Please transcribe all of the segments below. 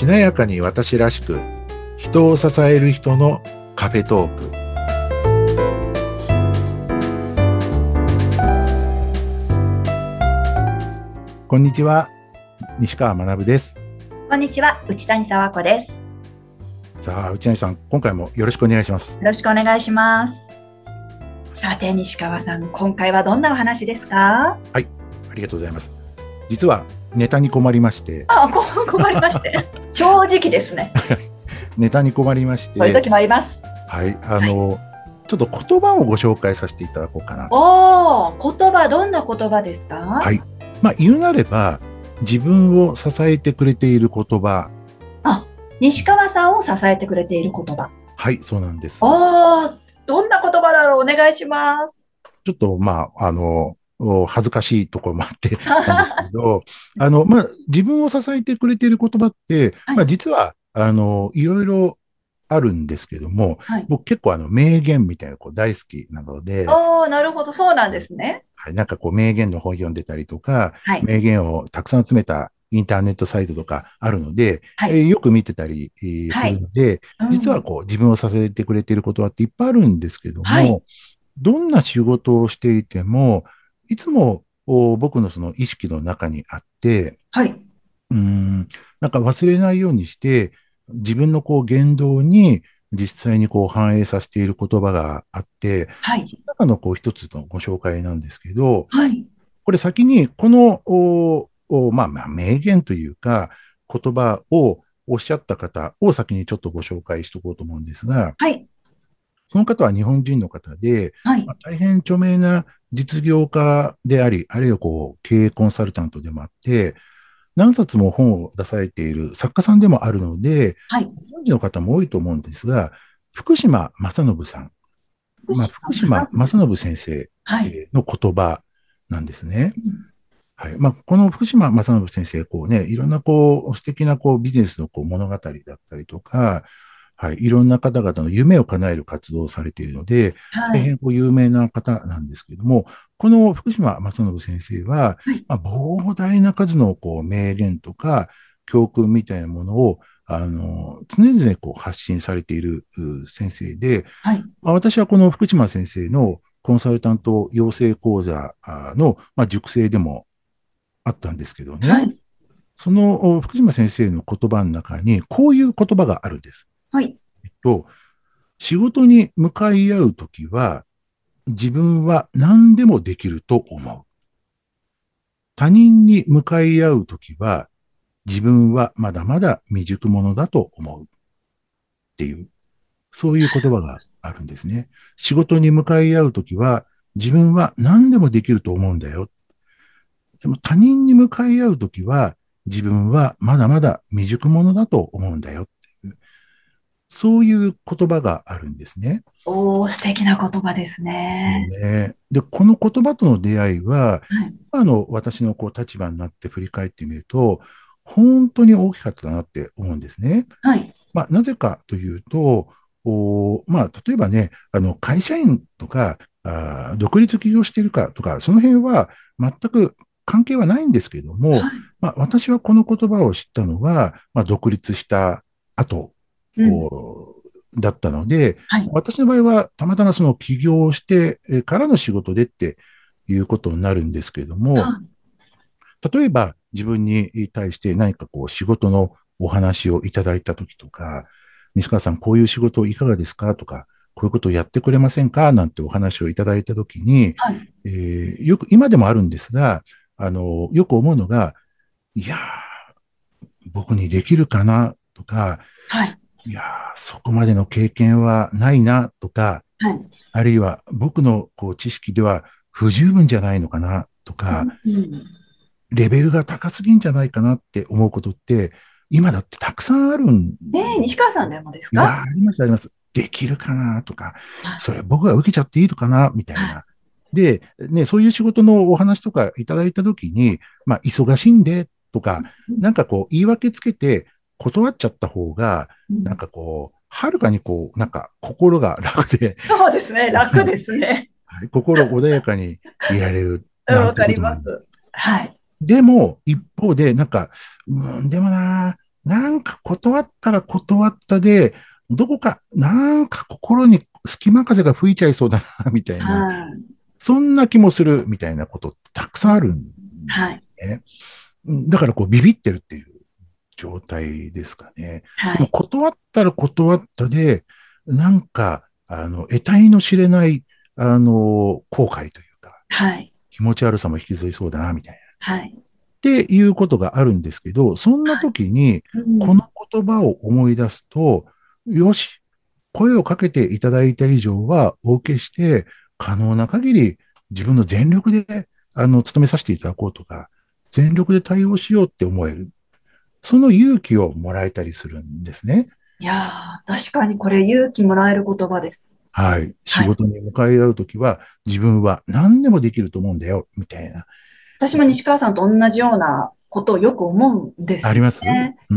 華やかに私らしく、人を支える人のカフェトーク。こんにちは、西川学です。 こんにちは、内谷沢子です。 さあ、内谷さん、今回もよろしくお願いします。 よろしくお願いします。さて、西川さん、今回はどんなお話ですか？ はい、ありがとうございます。実はネタに困りまして。 困りまして。正直ですね。 ネタに困りまして。 そういう時もあります。 はい、ちょっと言葉をご紹介させていただこうかな。 言葉、どんな言葉ですか？ はい。言うなれば、自分を支えてくれている言葉。 西川さんを支えてくれている言葉。 はい、そうなんです。 どんな言葉だろう？お願いします。 ちょっと、恥ずかしいところもあってなんですけど、自分を支えてくれている言葉って、 はい、 実は、いろいろあるんですけども、 はい。 僕結構名言みたいな大好きなので、 なるほど、そうなんですね。 はい、なんか名言の本読んでたりとか、 はい、 名言をたくさん集めたインターネットサイトとかあるので、 はい、 よく見てたり、すはい。 るので、実は自分を支えてくれている言葉っていっぱいあるんですけどはい、 も、どんな仕事をしていても、いつも僕のその意識の中にあって、 はい、 なんか忘れないようにして、自分の言動に実際に反映させている言葉があって、 はい、 その中の一つのご紹介なんですけど、 はい、 これ先にこの、名言というか、言葉をおっしゃった方を先にちょっとご紹介しておこうと思うんですが、 はい、 その方は日本人の方で、 はい、 大変著名な実業家であり、あるいは経営コンサルタントでもあって、何冊も本を出されている作家さんでもあるので、 はい。 ご存知の方も多いと思うんですが、福島正信さん、 福島福島正正信さん。 信先生はい。 の言葉なんですね。 うん、 はい。この福島正信先生、いろんな素敵なビジネスの物語だったりとか、はい。いろんな方々の夢を叶える活動をされているので、 はい。 大変有名な方なんですけども、この福島正信先生は、 はい。 膨大な数の名言とか教訓みたいなものを、常々発信されている先生で、 はい。 私はこの福島先生のコンサルタント養成講座の、塾生でもあったんですけどね。 はい。 その福島先生の言葉の中に、こういう言葉があるんです。 はい。 と、仕事に向かい合うときは、自分は何でもできると思う。他人に向かい合うときは、自分はまだまだ未熟者だと思うっていう、そういう言葉があるんですね。仕事に向かい合うときは、自分は何でもできると思うんだよ。でも他人に向かい合うときは、自分はまだまだ未熟者だと思うんだよっていう。そういう言葉があるんですね。 素敵な言葉ですですよね。 ね。で、この言葉との出会いは、 はい。 私の立場になって振り返ってみると、本当に大きかったなって思うんですね。 はい。 なぜかというと、例えばね、会社員とか、独立起業しているかとか、その辺は全く関係はないんですけども、 はい。 私はこの言葉を知ったのは、独立した後、 うん。 だったので、 はい。 私の場合はたまたまその起業してからの仕事でっていうことになるんですけれども、 は例えば自分に対して何か仕事のお話をいただいたときとか、西川さんこういう仕事いかがですかとか、こういうことをやってくれませんかなんてお話をいただいたときに、 い。 よく、今でもあるんですが、よく思うのが、いやー、僕にできるかなとか、 はい。 いやー、そこまでの経験はないなとか、 はい。 あるいは僕の知識では不十分じゃないのかなとか、 うん。 レベルが高すぎんじゃないかなって思うことって、今だってたくさんあるん。 西川さんでもですか？ いや、あります、あります。できるかなとか、 はそれ僕が受けちゃっていいのかなみたいい。 な。で、ね、そういう仕事のお話とかいただいたときに、忙しいんでとか、 うん。 なんか言い訳つけて断っちゃった方が、なんうん。 かはるかになんか心が楽で、 そうですね。楽ですね。 はい、心穏やかにいられるうん、 なんていうわかこともあります。 ります。はい。 でも、一方で、なんか、でもな、 なんか断ったら断ったで、どこか、なんか心に隙間風が吹いちゃいそうだな、みたいな、 はい。 そんな気もする、みたいなことたくうん、 さんあるんはい。 ですね。だからこうビビってるっていう状態ですかね。でもはい。 断ったら断ったで、なんか、得体の知れない、後悔というか、 はい。 気持ち悪さも引きずりそうだな、みたいな。 はい。 っていうことがあるんですけど、そんなはい。 時に、 うん。 この言葉を思い出すと、よし、声をかけていただいた以上は、お受けして、可能な限り自分の全力で、務めさせていただこうとか、全力で対応しようって思える。その勇気をもらえたりするんですね。 いやー、確かにこれ勇気もらえる言葉です。 はい。仕はい。 事に向かい合うときは、自分は何でもできると思うんだよ、みたいな。 私も西川さんと同じようなことをよく思うんですよありますね。 うん。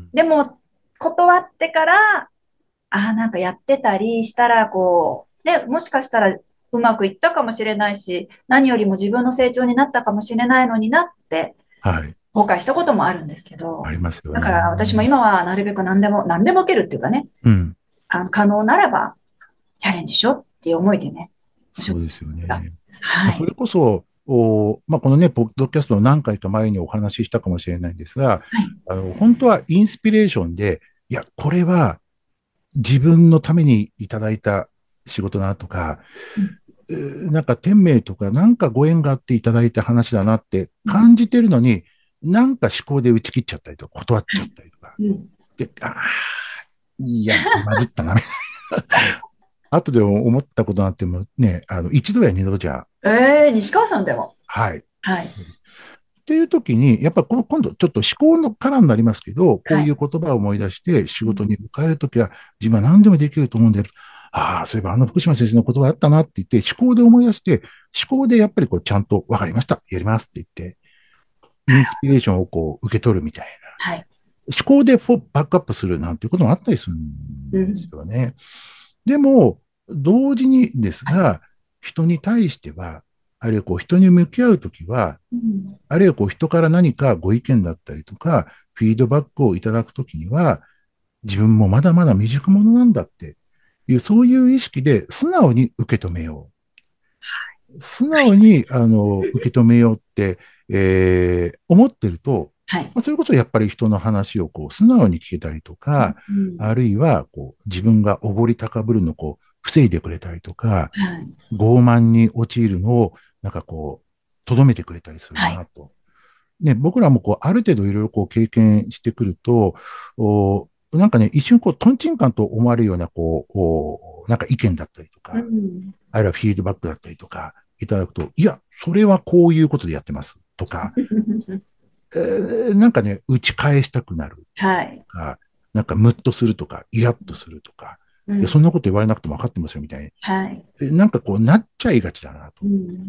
でも、断ってから、なんかやってたりしたら、こう、ね、もしかしたらうまくいったかもしれないし、何よりも自分の成長になったかもしれないのになってはい。 後悔したこともあるんですけど、 ありますよだから私もね。 今はなるべく何でも受けるっていうかね、 うん。 可能ならばチャレンジしようっていう思いでね、お仕事そうですしてますが。 よね。 はい。 それこそ、このね、ポッドキャストの何回か前にお話ししたかもしれないんですが、 はい。 本当はインスピレーションで、いや、これは自分のためにいただいた仕事だなとか、 うん。 なんか天命とか、なんかご縁があっていただいた話だなってうん。 感じてるのに、なんか思考で打ち切っちゃったりとか、断っちゃっはい。 たりとか。 うん。 で、いや、まずったな。後で思ったことなんてもね、一度や二度じゃ、 西川さんでも。 はい。 はい。 そうですっていう時に、やっぱこの今度ちょっと思考のからになりますけど、こはい。 ういう言葉を思い出して仕うん。 事に迎えるときは、自分は何でもできると思うんだよ。ああ、そういえばあの福島先生の言葉あったなって言って、思考で思い出して、思考でやっぱりこうちゃんと分かりました、やりますって言って、インスピレーションをこう受け取るみたいはい。 な。思考でバックアップするなんていうこともあったりするんですうん。 よね。でも、同時にですはい。 が、人に対しては、あるいはこう人に向き合うときは、 うん。 あるいはこう人から何かご意見だったりとか、フィードバックをいただくときには、自分もまだまだ未熟者なんだっていう、そういう意識で素直に受け止めよう。素はい。 直に、受け止めようって、思ってると、 はい。 それこそやっぱり人の話をこう素直に聞けたりとうん。 か、 うん。 あるいはこう自分がおごり高ぶるのをこう防いでくれたりとか、 はい。 傲慢に陥るのをなんかこう、とどめてくれたりするはい。 なと。ね、僕らもこう、ある程度いろいろこう経験してくると、なんかね、一瞬こう、トンチンカンと思われるような、こう、なんか意見だったりとうか、 ん。 あるいはフィードバックだったりとか、いただくと、いや、それはこういうことでやってますとか、なんかね、打ち返したくなるはい。 とか、なんかムッとするとか、イラッとするとか、いや、そうん。 んなこと言われなくても分かってますよみたいはい。 に、なんかこうなっちゃいがちだなと。 うん。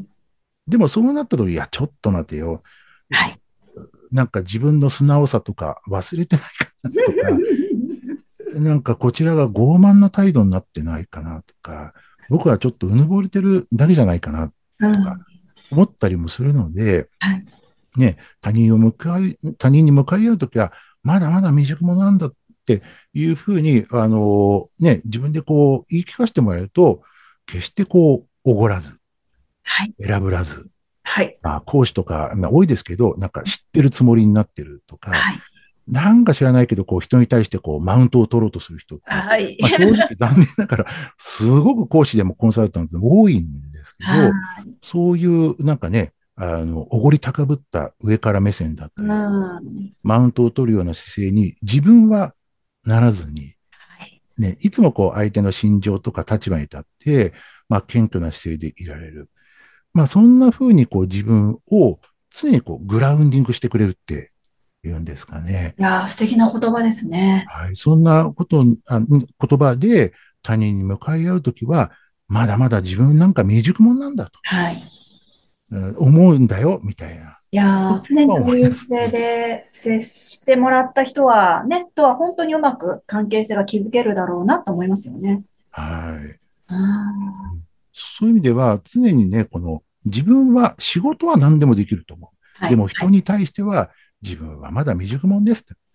でもそうなった時、いや、ちょっと待てよ。 はい。 なんか自分の素直さとか忘れてないかなとか、なんかこちらが傲慢な態度になってないかなとか、僕はちょっとうぬぼれてるだけじゃないかなとかうん。 思ったりもするので、 はい。 ね、他人に向かい合うときは、まだまだ未熟者なんだっていうふうに、ね、自分でこう言い聞かせてもらえると、決してこう、おごらず、 はい。 選ぶらず、 はい。 講師とか、多いですけど、なんか知ってるつもりになってるとか、 はい。 なんか知らないけど、こう人に対してこうマウントを取ろうとする人って、 はい。 正直残念ながら、すごく講師でもコンサルタントでも多いんですけはど、 い。 そういうなんかね、おごり高ぶった上から目線だっうたり、 ん。 マウントを取るような姿勢に自分はならずに、 はい。 ね、いつもこう相手の心情とか立場に立って、謙虚な姿勢でいられる。そんな風にこう自分を常にこうグラウンディングしてくれるっていうんですかね。 いやー、素敵な言葉ですね。 はい。そんなこと、言葉で他人に向かい合うときは、まだまだ自分なんか未熟者なんだと、 はい。 思うんだよ、みたいな。 いやー、常にそうは思いいう姿勢出すね。 で接してもらった人は、ね、とは本当にうまく関係性が築けるだろうなと思いますよね。 はい。 ああ、 そういう意味では、常にね、この自分は仕事は何でもできると思う。 はい、 でもはい。 人に対しては自分はまだ未熟者です。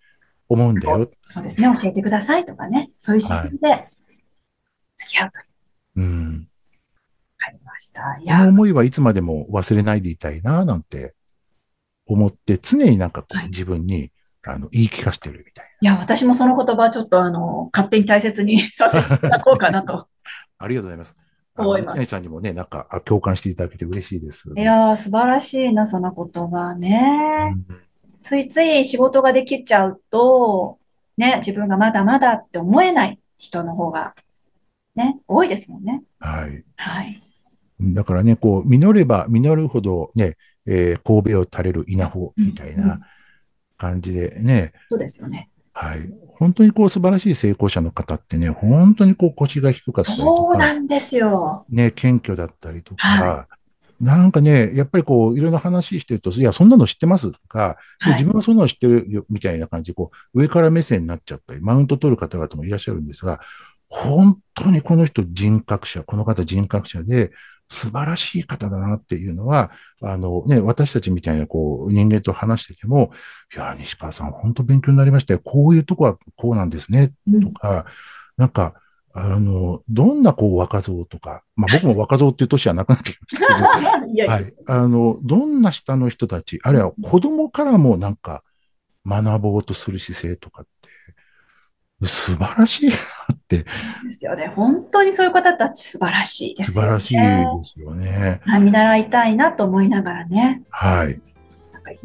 思うんだよ。 そうですね。教えてくださいとかね。そういうはい。 姿勢で付き合うと。わうん。 かりました。いや、 この思いはいつまでも忘れないでいたいな、なんて思って、常になんかこうはい。 自分に言い聞かせてるみたいいや、私もその言葉ちょっと勝手に大切にさせていただな。 こうかなとありがとうございます。内思います。 谷さんにもね、なんか共感していただけて嬉しいです。 いやー、素晴らしいな、その言葉ね。 うん、 ついつい仕事ができちゃうと、ね、自分がまだまだって思えない人の方がね、多いですもんね。 はい。 はい。 だからね、こう、実れば実るほどね、神戸を垂れる稲穂うん、 みたいなうん。 感じでね、 そうですよね。 はい。本当にこう素晴らしい成功者の方ってね、本当にこう腰が低かったりとそうなか、 んですよ。 ね、謙虚だったりとはい。 か、なんかね、やっぱりこう、いろんな話してると、いや、そんなの知ってますとか、いや、 はい。 自分はそんなの知ってるよ、みたいな感じで、こう、上から目線になっちゃったり、マウント取る方々もいらっしゃるんですが、本当にこの人人格者、この方人格者で、素晴らしい方だなっていうのは、ね、私たちみたいなこう人間と話してても、いや、西川さん、本当勉強になりましたよ。こういうとこはこうなんですね。 うん。 とか、なんか、どんなこう若造とか、まあ僕も若造っていう年はなくなってきましたけど、 いやいや。 はい。どんな下の人たち、あるいはうん。 子供からもなんか学ぼうとする姿勢とかって素晴らしいなって、 そうですよね。本当にそういう方たち素晴らしいですよ素晴らしいね。 ですよね。 見習いたいなと思いながらね、 はい。 なんかいうん。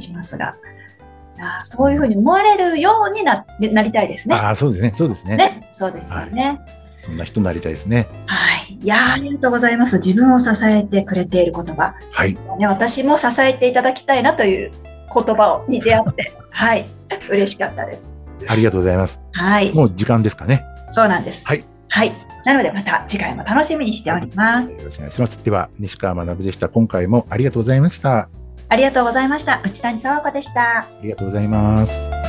っぱいしますが、そういうふうに思われるようになりたいですね。 ああ、そうですね。そうですね。 ね。そうですはい。 よね。 そんな人になりたいですね。 はい。いやー、ありがとうございます。自分を支えてくれている言葉。 はい。 ね、私も支えていただきたいなという言葉に出会って、はい。嬉しかったです。 ありがとうございます。 はい。 もう時間ですかね。 そうなんです。 はい。 はい。なのでまた次回も楽しみにしてはい。 おります。 よろしくお願いします。では、西川学でした。今回もありがとうございました。あありがとうございました。内谷佐和子でした。 りがとうございます。